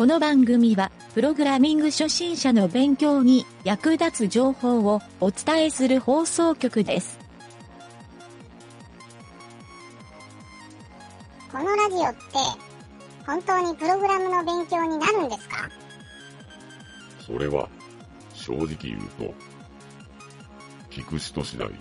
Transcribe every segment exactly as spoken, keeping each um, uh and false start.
の番組は、プログラミング初心者の勉強に役立つ情報をお伝えする放送局です。 このラジオって、本当にプログラムの勉強になるんですか？ それは、正直言うと、聞く人次第です。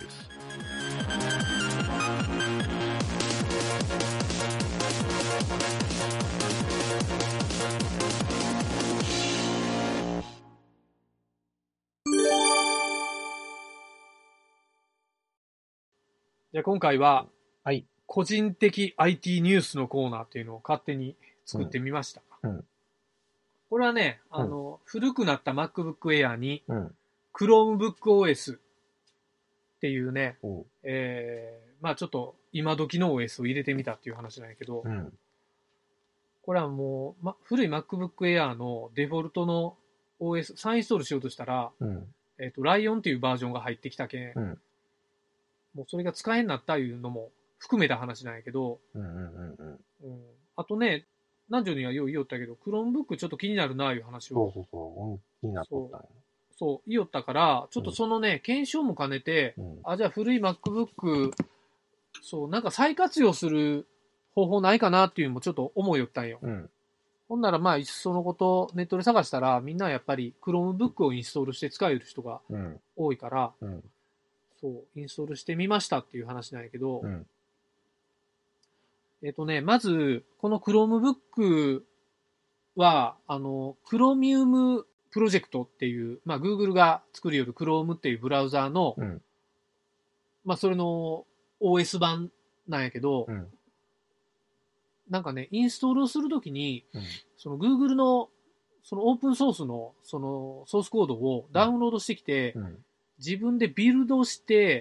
じゃあ今回は、 はい。 個人的 アイティー ニュースのコーナーっていうのを勝手に作ってみました。 うんうん、 これはね、あの、うん、古くなった MacBook Air に、 うん、 Chromebook オーエス っていうね、 うん、 えー、まあちょっと今時の オーエス を入れてみたっていう話なんやけど、 うん、 これはもう、ま、古い MacBook Air のデフォルトの オーエス、再インストールしようとしたら、 うん、 えっと、ライオンっていうバージョンが入ってきたけん、 うん、 もうそれが使えんなったいうのも含めた話なんやけど、 うんうんうんうん、あとね、南條にはよう言いよったけど、クロームブックちょっと気になるないう話を。 そうそうそう、気になっとったんや。 そう、言いよったから、ちょっとそのね、うん、検証も兼ねて、うん、あ、じゃあ古い MacBook、そう、なんか再活用する方法ないかなっていうのもちょっと思いよったんよ。うん、ほんならまあ、そのことネットで探したら、みんなやっぱり Chromebook をインストールして使える人が多いから、うんうん、そう、インストールしてみましたっていう話なんやけど、うん、えっとね、まず、この Chromebook は、あの、Chromium プロジェクトっていう、まあ、Google が作るよる Chrome っていうブラウザーの、うん、まあ、それの オーエス 版なんやけど、うん、なんかね、インストールをするときに、うん、その Google の、そのオープンソースの、そのソースコードをダウンロードしてきて、うん、自分でビルドして、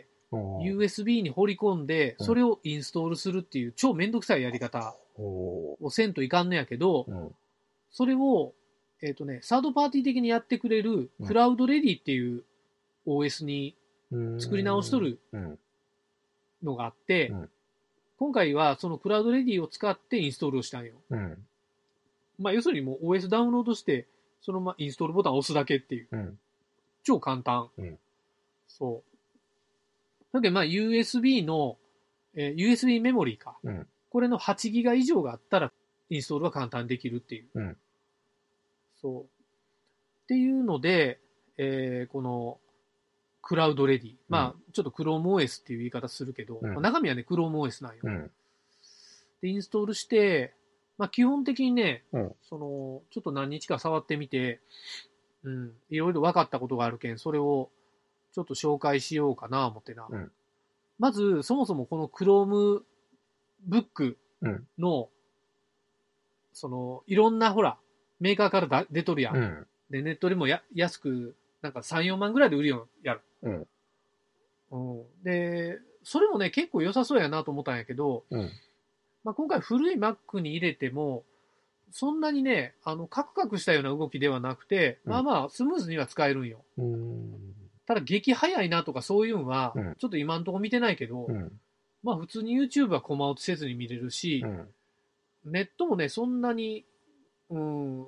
ユーエスビー に掘り込んで、それをインストールするっていう超めんどくさいやり方をせんといかんのやけど、それを、えっとね、サードパーティー的にやってくれるクラウドレディっていう オーエス に作り直しとるのがあって、今回はそのクラウドレディを使ってインストールをしたんよ。まあ要するにもう オーエス ダウンロードして、そのままインストールボタンを押すだけっていう。超簡単。そう。だけどまあ ユーエスビー の、えー、ユーエスビー メモリーか、うん。これのはちギガ以上があったらインストールは簡単にできるっていう。うん、そう。っていうので、えー、このクラウドレディ。まあ、うん、ちょっと ChromeOS っていう言い方するけど、うん、まあ、中身はね、ChromeOS なんよ、うん。で、インストールして、まあ基本的にね、うん、その、ちょっと何日か触ってみて、うん、いろいろ分かったことがあるけん、それをちょっと紹介しようかな思ってな。うん、まず、そもそもこの Chromebook の、うん、その、いろんなほら、メーカーからだ出とるやん。うん、で、ネットでもや安く、なんかさん、よんまんぐらいで売るようやる。うんうん、で、それもね、結構良さそうやなと思ったんやけど、うん、まあ、今回古い Mac に入れても、そんなにね、あの、カクカクしたような動きではなくて、うん、まあまあ、スムーズには使えるんよ。うんただ激早いなとかそういうのは、うん、ちょっと今んとこ見てないけど、うん、まあ普通に YouTube はコマ落ちせずに見れるし、うん、ネットもね、そんなに、うん、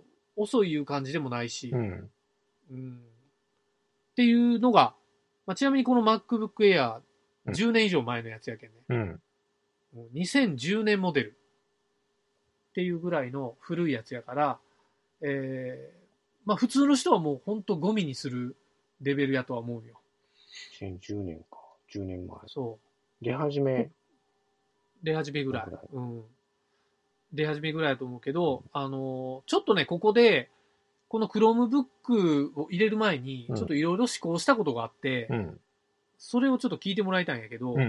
遅いいう感じでもないし、うんうん、っていうのが、まあ、ちなみにこの MacBook Air、じゅうねん以上前のやつやけんね。うん、にせんじゅうねんモデルっていうぐらいの古いやつやから、えー、まあ普通の人はもうほんとゴミにするレベルやとは思うよ。 にせんじゅうねんか。じゅうねんまえ。 そう。 出始め。 出始めぐらい。うん。出始めぐらいだと思うけど、あのー、ちょっとね、ここで、この Chromebook を入れる前に、ちょっといろいろ試行したことがあって、うん、それをちょっと聞いてもらいたいんやけど、うんうん、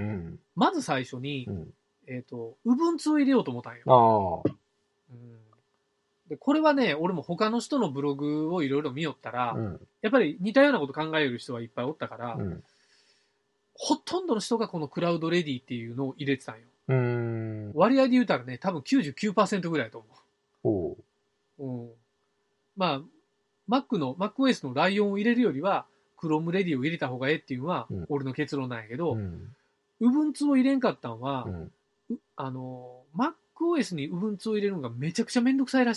まず最初に、うん、えっと、Ubuntu を入れようと思ったんよ。あうん、でこれはね、俺も他の人のブログをいろいろ見よったら、うん、やっぱり似たようなこと考える人がいっぱいおったから、うん、ほとんどの人がこのクラウドレディっていうのを入れてたんよ。うーん割合で言うたらね、多分 きゅうじゅうきゅうパーセント ぐらいだと思う。おう、うん。まあ、Mac の、MacOS のライオンを入れるよりは、Chrome レディを入れた方がええっていうのは、俺の結論なんやけど、うん、Ubuntu を入れんかったんは、うん、あの、MacOS に Ubuntu を入れるのがめちゃくちゃめんどくさいらしいよ。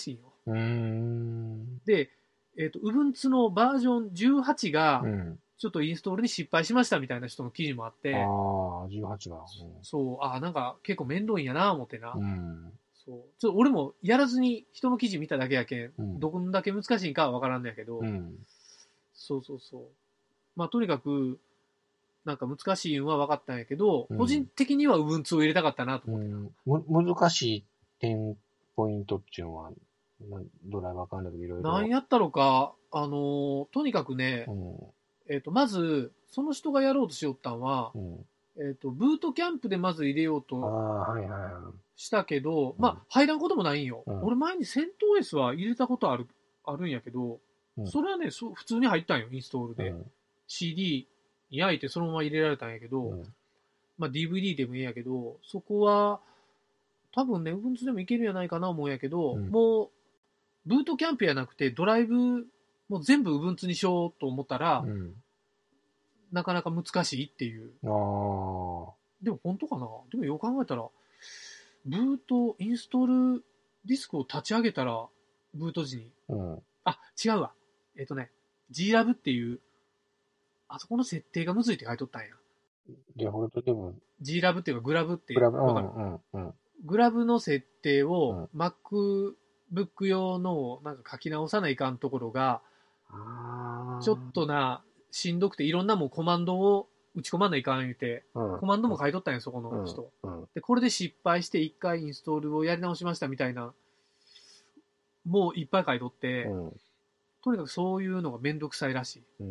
うーん。 で、えっ、と、Ubuntu のバージョンじゅうはちがう、ん。 ちょっとインストールに失敗しましたみたいな人の記事もあっあて、 あ、じゅうはちが。 そう、ああ、なんか結構面倒いんやな、思ってな。 うん。 そう。ちょっと俺もやらずに人の記事見ただけやけん、 うんどんだけ難しいんかはわからんのやけど、 うん。 そうそうそう。まあ、とにかく、なんか難しいんは分かったんやけど、 うん個人的には Ubuntu を入れたかったなとう思ってん。む、難しい点、ポイントっていうのは、などれわかんないけど、いろいろ。 何やったのか、あのーとにかくね、 うん。 えっ、と、まず、その人がやろうとしよったんはう、ん。 えっ、と、ブートキャンプでまず入れようあとあ、はいはいはしたけど、 うんまあ、入らんこともないんよ。 うん俺前にセント オーエス は入れたことある、あるんやけど、 うんそれはね、そ普通に入ったんよ、インストールい。 で。 うんシーディー に焼いてそのまま入れられたんやけど、 うんまあ ディーブイディー でもいいんやけど、そこは、多分ね、Ubuntu でもいけるんやないかな思うんやけど、 うんもう、ブートキャンプやなくて、ドライブ、もう全部 Ubuntu にしようと思ったら、 うん。 なかなか難しいっていう。 ああ。 でも本当かなでもよく考えたら、ブート、インストールディスクを立ち上げたら、ブート時に、 うん。 あ、違うわ。えっとね、Glab っていう、あそこの設定がむずいって書いとったんや。 デフォルトでも、 Glab っていうか、グラブって、 グラブ、うわかるんうんうん。 グラブの設定を MacBook 用のなんか書き直さないかんところが、 ああ。 ちょっとな、しんどくていろんなもんコマンドを打ち込まないかん言うて、 うん、 コマンドも書いとったんや、そこの人。 うん。 で、これで失敗して一回インストールをやり直しましたみたいな、もういっぱい書いとって、 うん。 とにかくそういうのがめんどくさいらしい。 うん。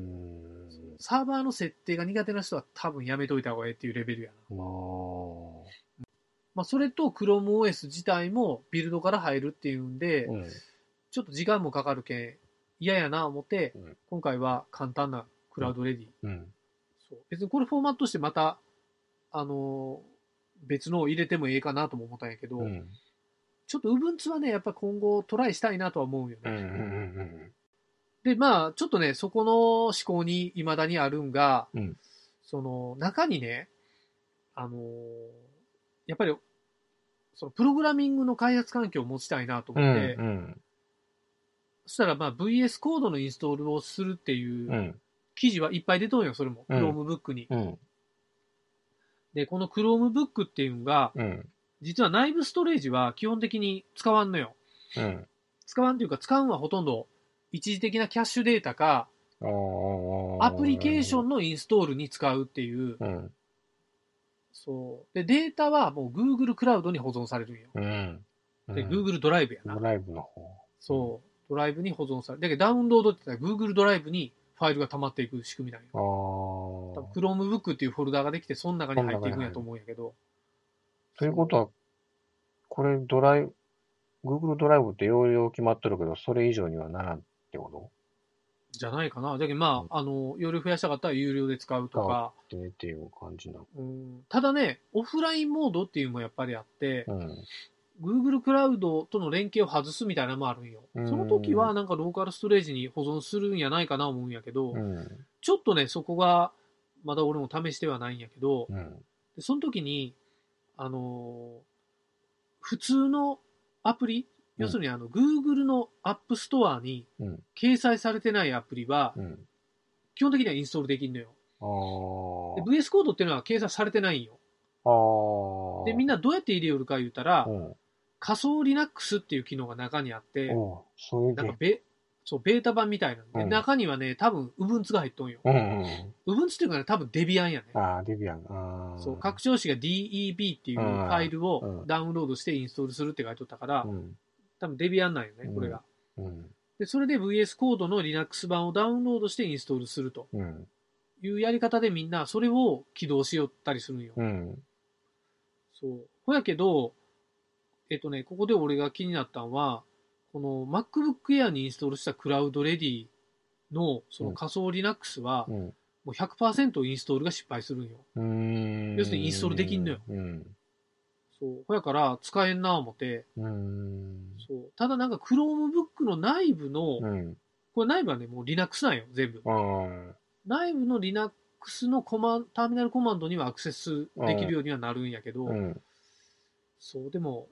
サーバーの設定が苦手な人は多分やめといた方がええっていうレベルやな。 まあ。 まあ、それと ChromeOS 自体もビルドから入るっていうんで、 うん。 ちょっと時間もかかるけん、嫌やな思って、 うん今回は簡単なクラウドレディ。 うん。 そう別にこれフォーマットしてまた、あのー別のを入れてもええかなとも思ったんやけど、 うん。 ちょっと Ubuntu はね、やっぱ今後トライしたいなとは思うようん。うね。 ん。 で、まあ、ちょっとね、そこの思考に未だにあるんが、 うんその中にね、あのーやっぱり、そのプログラミングの開発環境を持ちたいなとう思って、 ん。 そしたらまあ ブイエス コードのインストールをするっていううん。 記事はいっぱい出とんよ、それも。 うん Chromebook に。 うん。 で、この Chromebook っていうのが、 うん。 実は内部ストレージは基本的に使わんのよ。 うん。 使わんというか、使うんはほとんど一時的なキャッシュデータか、 ああ。 アプリケーションのインストールに使うっていう、 うん。 そう。で、データはもう Google クラウドに保存されるんよ。 うん。 で、Google ドライブやな。 ドライブの方。 そう。ドライブに保存される。だけどダウンロードって言ったら Google ドライブにファイルが溜まっていく仕組みなんよ。 ああ。 多分 Chromebook っていうフォルダができて、その中に入っていくんやと思うんやけど。 ということは、これドライブ、Google ドライブって容量決まっとるけど、それ以上にはならんってことじゃないかな。だけどまあ、あの、容量増やしたかったら有料で使うとか。 ってっていう感じなの。 うん、ただね、オフラインモードっていうのもやっぱりあって、 うん。 Google クラウドとの連携を外すみたいなのもあるんよ。 うんその時はなんかローカルストレージに保存するんやないかな思うんやけど、 うん。 ちょっとね、そこが、まだ俺も試してはないんやけど、 うん。 でその時に、あのー普通のアプリ、要するにあの、Google の App Store にうん。 掲載されてないアプリは、 うん。 基本的にはインストールできるのよ。で、 あブイエス コードっていうのは掲載されてないんよ。 あ。ああ。 で、みんなどうやって入れよるか言ったら、 うん。 仮想 Linux っていう機能が中にあって、 おうそういうなんかベ、そう、ベータ版みたいなんで、 うん中にはね、多分 Ubuntu が入っとんよ。 うんうん。 Ubuntu っていうかね、多分 Debian やね。 ああ、デビアン。ああ。 そう、拡張子が ディーイービー っていうファイルうんをダウンロードしてインストールするって書いておったから、 うん。 多分 Debian なんよね、これが。 うん。 で、それで ブイエス コードの Linux 版をダウンロードしてインストールするとうん。 いうやり方でみんなそれを起動しよったりするんよ。 うん。 そう。ほやけど、えっとね、ここで俺が気になったのは、この MacBook Air にインストールしたクラウドレディのその仮想 Linux は、 うん。 もう ひゃくパーセント インストールが失敗するんよ。 うん。 要するにインストールできんのよ。 うん。 そう。ほやから使えんな思って、 うん。 そう。ただなんか Chromebook の内部の、 うん。 これ内部はね、もう Linux なんよ、全部。 ああ。 内部の Linux のコマン、ターミナルコマンドにはアクセスできるようにはなるんやけど、 うん。 そう、でも、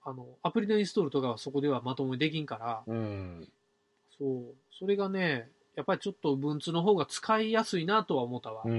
あの、アプリのインストールとかはそこではまともにできんから、 うん。 そう。それがね、やっぱりちょっと Ubuntu の方が使いやすいなとは思ったわ。 うん。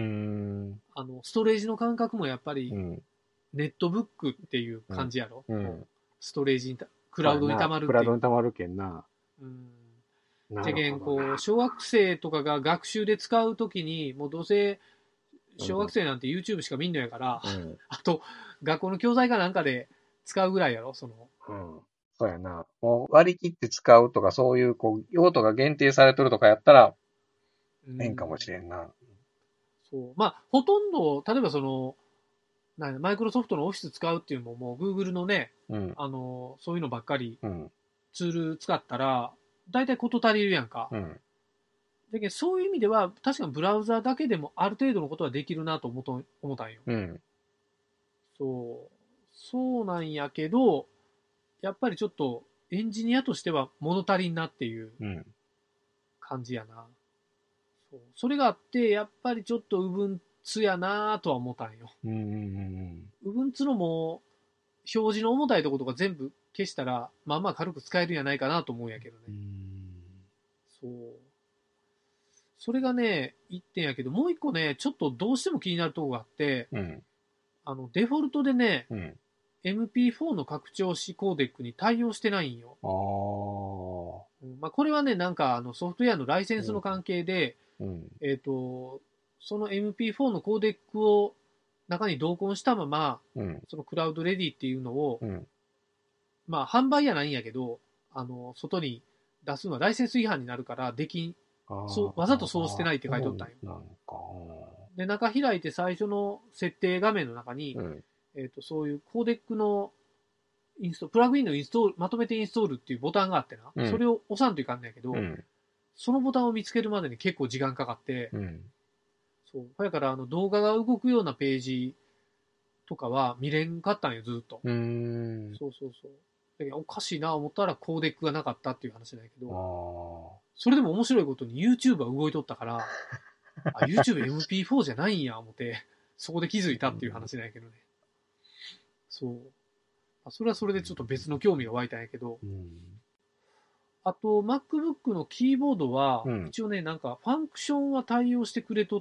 あの、ストレージの感覚もやっぱり、 うん。 ネットブックっていう感じやろ。 うん。 ストレージにた、クラウドに溜まるっていう。 クラウドに溜まるけんな。 うん。 なじゃけん、 るほどな。 こう、小学生とかが学習で使うときに、もうどうせ、小学生なんて YouTube しか見んのやから、 うん。 あと、学校の教材かなんかで使うぐらいやろ、その。 うん。そうやな。もう割り切って使うとか、そういう、こう、用途が限定されてるとかやったら、 うん変かもしれんな。 そう。まあ、ほとんど、例えばその、なんマイクロソフトのオフィス使うっていうのも、もう Google のね、 うん。 あの、そういうのばっかりうん。 ツール使ったら、大体事足りるやんか。 うん。 だけどそういう意味では、確かにブラウザだけでもある程度のことはできるなと思と思ったんよ。 うん。 そう。そうなんやけど、やっぱりちょっとエンジニアとしては物足りんなっていううん。 感じやな。そう。それがあって、やっぱりちょっと Ubuntu やなとは思ったんよ。 うん。うん。 Ubuntu のもう、表示の重たいところとか全部消したら、まあまあ軽く使えるんやないかなと思うんやけどね。 うん。 そう。それがね、一点やけど、もう一個ね、ちょっとどうしても気になるところがあって、 うん。 あの、デフォルトでね、 うん。 エムピーフォー の拡張子コーデックに対応してないんよ。 ああ。 うんまあ、これはね、なんかあのソフトウェアのライセンスの関係で、 うん。 えっと、その エムピーフォー のコーデックを中に同梱したまま、 うん。 そのクラウドレディっていうのを、 うん。 まあ、販売やないんやけど、あの、外に出すのはライセンス違反になるから、できん、そう、わざとそうしてないって書いておったんよ。 なんか。 で、中開いて最初の設定画面の中に、 うん。 えっと、そういうコーデックのインスト、プラグインのインストール、まとめてインストールっていうボタンがあってな、 うんそれを押さんといかんねんけど、 うん。 そのボタンを見つけるまでに結構時間かかって、 うん。 そう。だからあの動画が動くようなページとかは見れんかったんよ、ずっと。 うーん。 そうそうそう。だけどおかしいな思ったらコーデックがなかったっていう話なんやけあど、 あ。 それでも面白いことに YouTube は動いとったから、あ、YouTube エムピーフォー じゃないんや思って、そこで気づいたっていう話なんやけどね。そう。それはそれでちょっと別の興味が湧いたんやけど、 うん。 あと MacBook のキーボードは、 うん一応ね、なんかファンクションは対応してくれとって、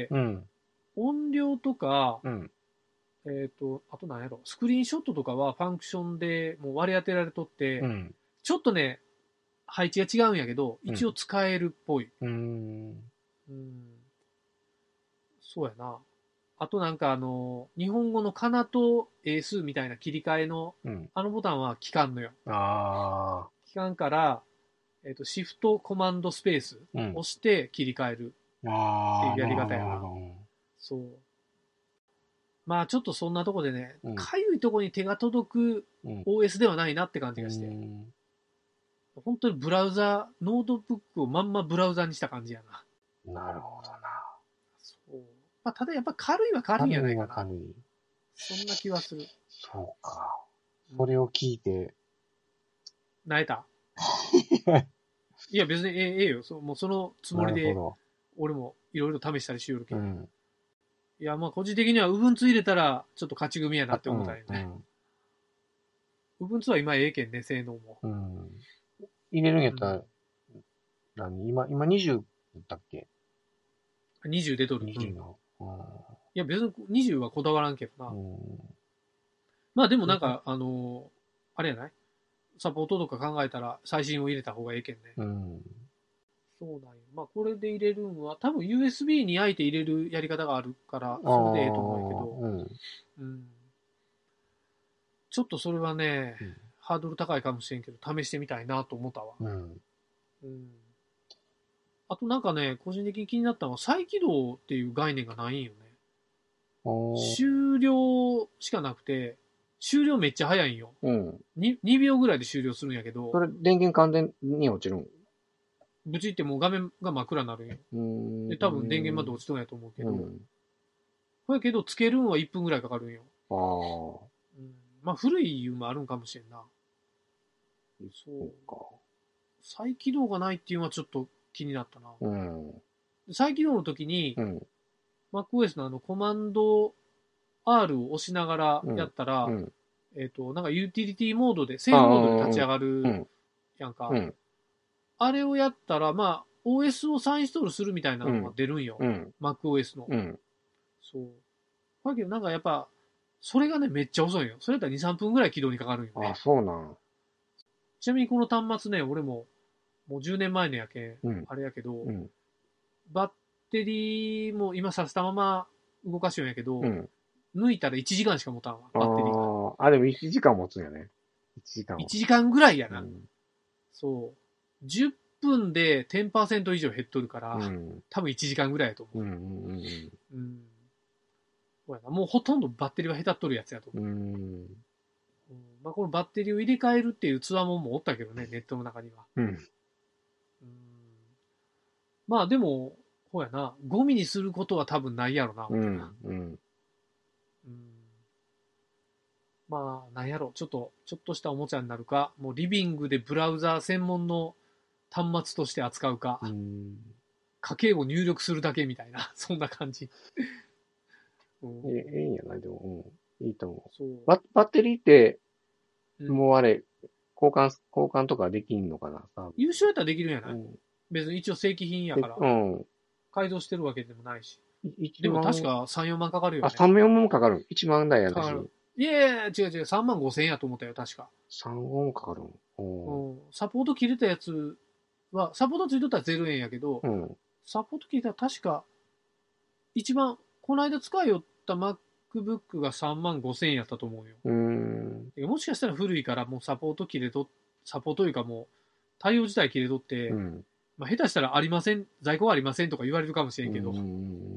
うん。 音量とか、 うん。 えっと、あと何やろ、スクリーンショットとかはファンクションでもう割り当てられとって、 うん。 ちょっとね、配置が違うんやけど、一応使えるっぽい。 うーん。 うん。そうやな。あとなんかあの、日本語のかなと英数みたいな切り替えの、 うん。 あのボタンは効かんのよ。 ああ。 効かんから、えっと、シフトコマンドスペースうん。 押して切り替えるああ。 っていうやり方やなるほどそう。まあちょっとそんなとこでねうん、 かゆいとこに手が届くうん。 オーエス ではないなって感じうがして、 ん。 本当にブラウザ、ノートブックをまんまブラウザにした感じやな。 なるほどな。 そう。まあただやっぱ軽いは軽いんやないかな。 軽い。 そんな気はする。 そうか。それを聞いて。 泣いたいや別にええええよ。そもうそのつもりで、俺もいろいろ試したりしよるけど。うん、いやまあ個人的には Ubuntu 入れたらちょっと勝ち組やなって思ったよね。うんうん、Ubuntu は今ええけんね、性能も。 うん、入れるんやったら、うん、何今、今にじゅうだっけ ? にじゅう 出とる。 にじゅうの。うん、 いや別ににじゅうはこだわらんけどな。うん、まあでもなんか、あのー、あれやないサポートとか考えたら最新を入れた方がええけんね。うん。そうなんよ。まあこれで入れるんは、多分 ユーエスビー にあえて入れるやり方があるから、それでええと思うんやけど、うん。うん。ちょっとそれはね、うん、ハードル高いかもしれんけど、試してみたいなと思ったわ。うん。うん。あとなんかね、個人的に気になったのは、再起動っていう概念がないんよね。終了しかなくて、終了めっちゃ早いんよ。うん。に, にびょうぐらいで終了するんやけど。 それ、電源完全に落ちるん？ ぶちってもう画面が真っ暗になるんよ。うん。で、多分電源まで落ちとんやと思うけど。うん。ほやけど、つけるんはいっぷんぐらいかかるんよ。ああ。うん。まあ、古い理由もあるんかもしれんな。そうか。再起動がないっていうのはちょっと気になったな。うん。再起動の時に、うん、MacOS のあのコマンド R を押しながらやったら、うんうん、 えっ、と、なんかユーティリティモードで、セーフモードで立ち上がるやんか。 うん。 あれをやったら、まあ、オーエス を再インストールするみたいなのが出るんよ。 うん。 MacOS の。 うん。 そう。だけどなんかやっぱ、それがね、めっちゃ遅いよ。それだったらに、さんぷんぐらい起動にかかるんよね。 あ、そうなん。 ちなみにこの端末ね、俺も、もうじゅうねんまえのやけん、 うん、 あれやけど、 うん、 バッテリーも今させたまま動かしようんやけど、 うん、 抜いたらいちじかんしか持たんわ、バッテリーが。 ああ、でもいちじかん持つんやね。いちじかん。 いちじかんぐらいやな。 うん、 そう。じゅっぷんで じゅっパーセント 以上減っとるから、 うん、 多分いちじかんぐらいやと思う。 うんうんうん、 うん。そうやな。もうほとんどバッテリーは下手っとるやつやと思う。 うん、 うんまあ、このバッテリーを入れ替えるっていうつわもんもおったけどね、ネットの中には。 うん。 うんまあでも、ほうやな、ゴミにすることは多分ないやろな。 うん、うん。 うんまあ、なんやろ、ちょっと、ちょっとしたおもちゃになるか、もうリビングでブラウザー専門の端末として扱うか、 うん、 家計を入力するだけみたいな、そんな感じ。うん、 ええんやな、でも、うん、いいと思う。 そうババッテリーって、 うん、 もうあれ、交換、交換とかできんのかなさ。 優勝やったらできるんやない、 うん、 別に一応正規品やから、 うん。 改造してるわけでもないし。 いでも確かさん、よんまんかかるよね。 あ、さん、よんまんかかる。いちまん台やったし。 いやいや、違う違う、さんまんごせんえんやと思ったよ、確か。 さんまんかかる。 うん。サポート切れたやつは、サポートついとったらゼロえんやけど、 うん。 サポート切れたら確か、一番、この間使いよった MacBook がさんまんごせんえんやったと思うよ。 うーん。 もしかしたら古いからもうサポート切れと、サポートというかもう、対応自体切れとって、 うん。 まあ下手したらありません、在庫はありませんとか言われるかもしれんけど、 うん。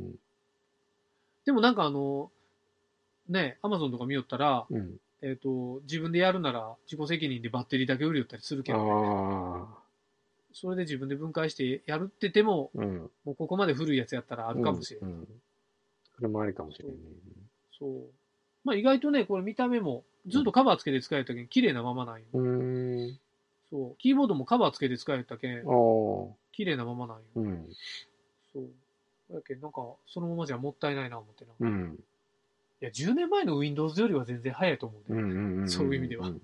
でもなんかあの、ね、アマゾンとか見よったら、 うん。 えっ、と、自分でやるなら自己責任でバッテリーだけ売りよったりするけど、ね、 ああ。 それで自分で分解してやるってても、 うん。 もうここまで古いやつやったらあるかもしれん。 うん。うん、それもありかもしれないね。 そう。まあ意外とね、これ見た目もずっとカバーつけて使えたけん、綺麗なままなんよ。 うーん。 そう。キーボードもカバーつけて使えたけん、 ああ。 綺麗なままなんよ。 うん。 そう。だけん、なんか、そのままじゃもったいないな思ってな。 うん。 いや、じゅうねんまえの Windows よりは全然早いと思うね。 うんうんうん。 そういう意味では。うん。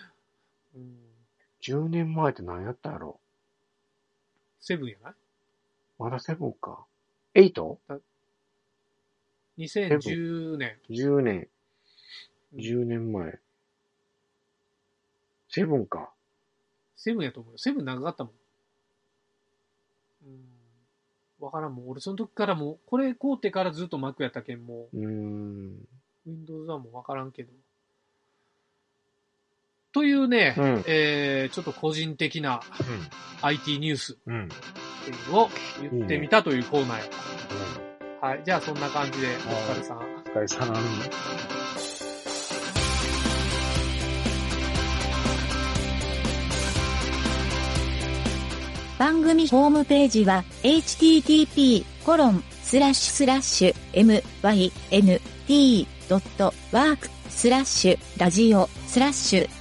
じゅうねんまえって何やったやろセブンやないまだセブンか。エイト? にせんじゅうねん。 じゅうねん。じゅうねんまえ。セブンか。 セブンやと思うよ。セブン長かったもん。うん。わからんもん。俺その時からもう、これ買うてからずっと Mac やったけんもう。うーん。 Windows はもうわからんけど。というね、うん、えー、ちょっと個人的な アイティー ニュースっていうのを言ってみたというコーナーや。うん、はい。じゃあそんな感じで、お疲れさん。お疲れさん。 番組ホームページは エイチティーティーピーコロンスラッシュスラッシュエムワイエヌティードットワークスラッシュラジオスラッシュ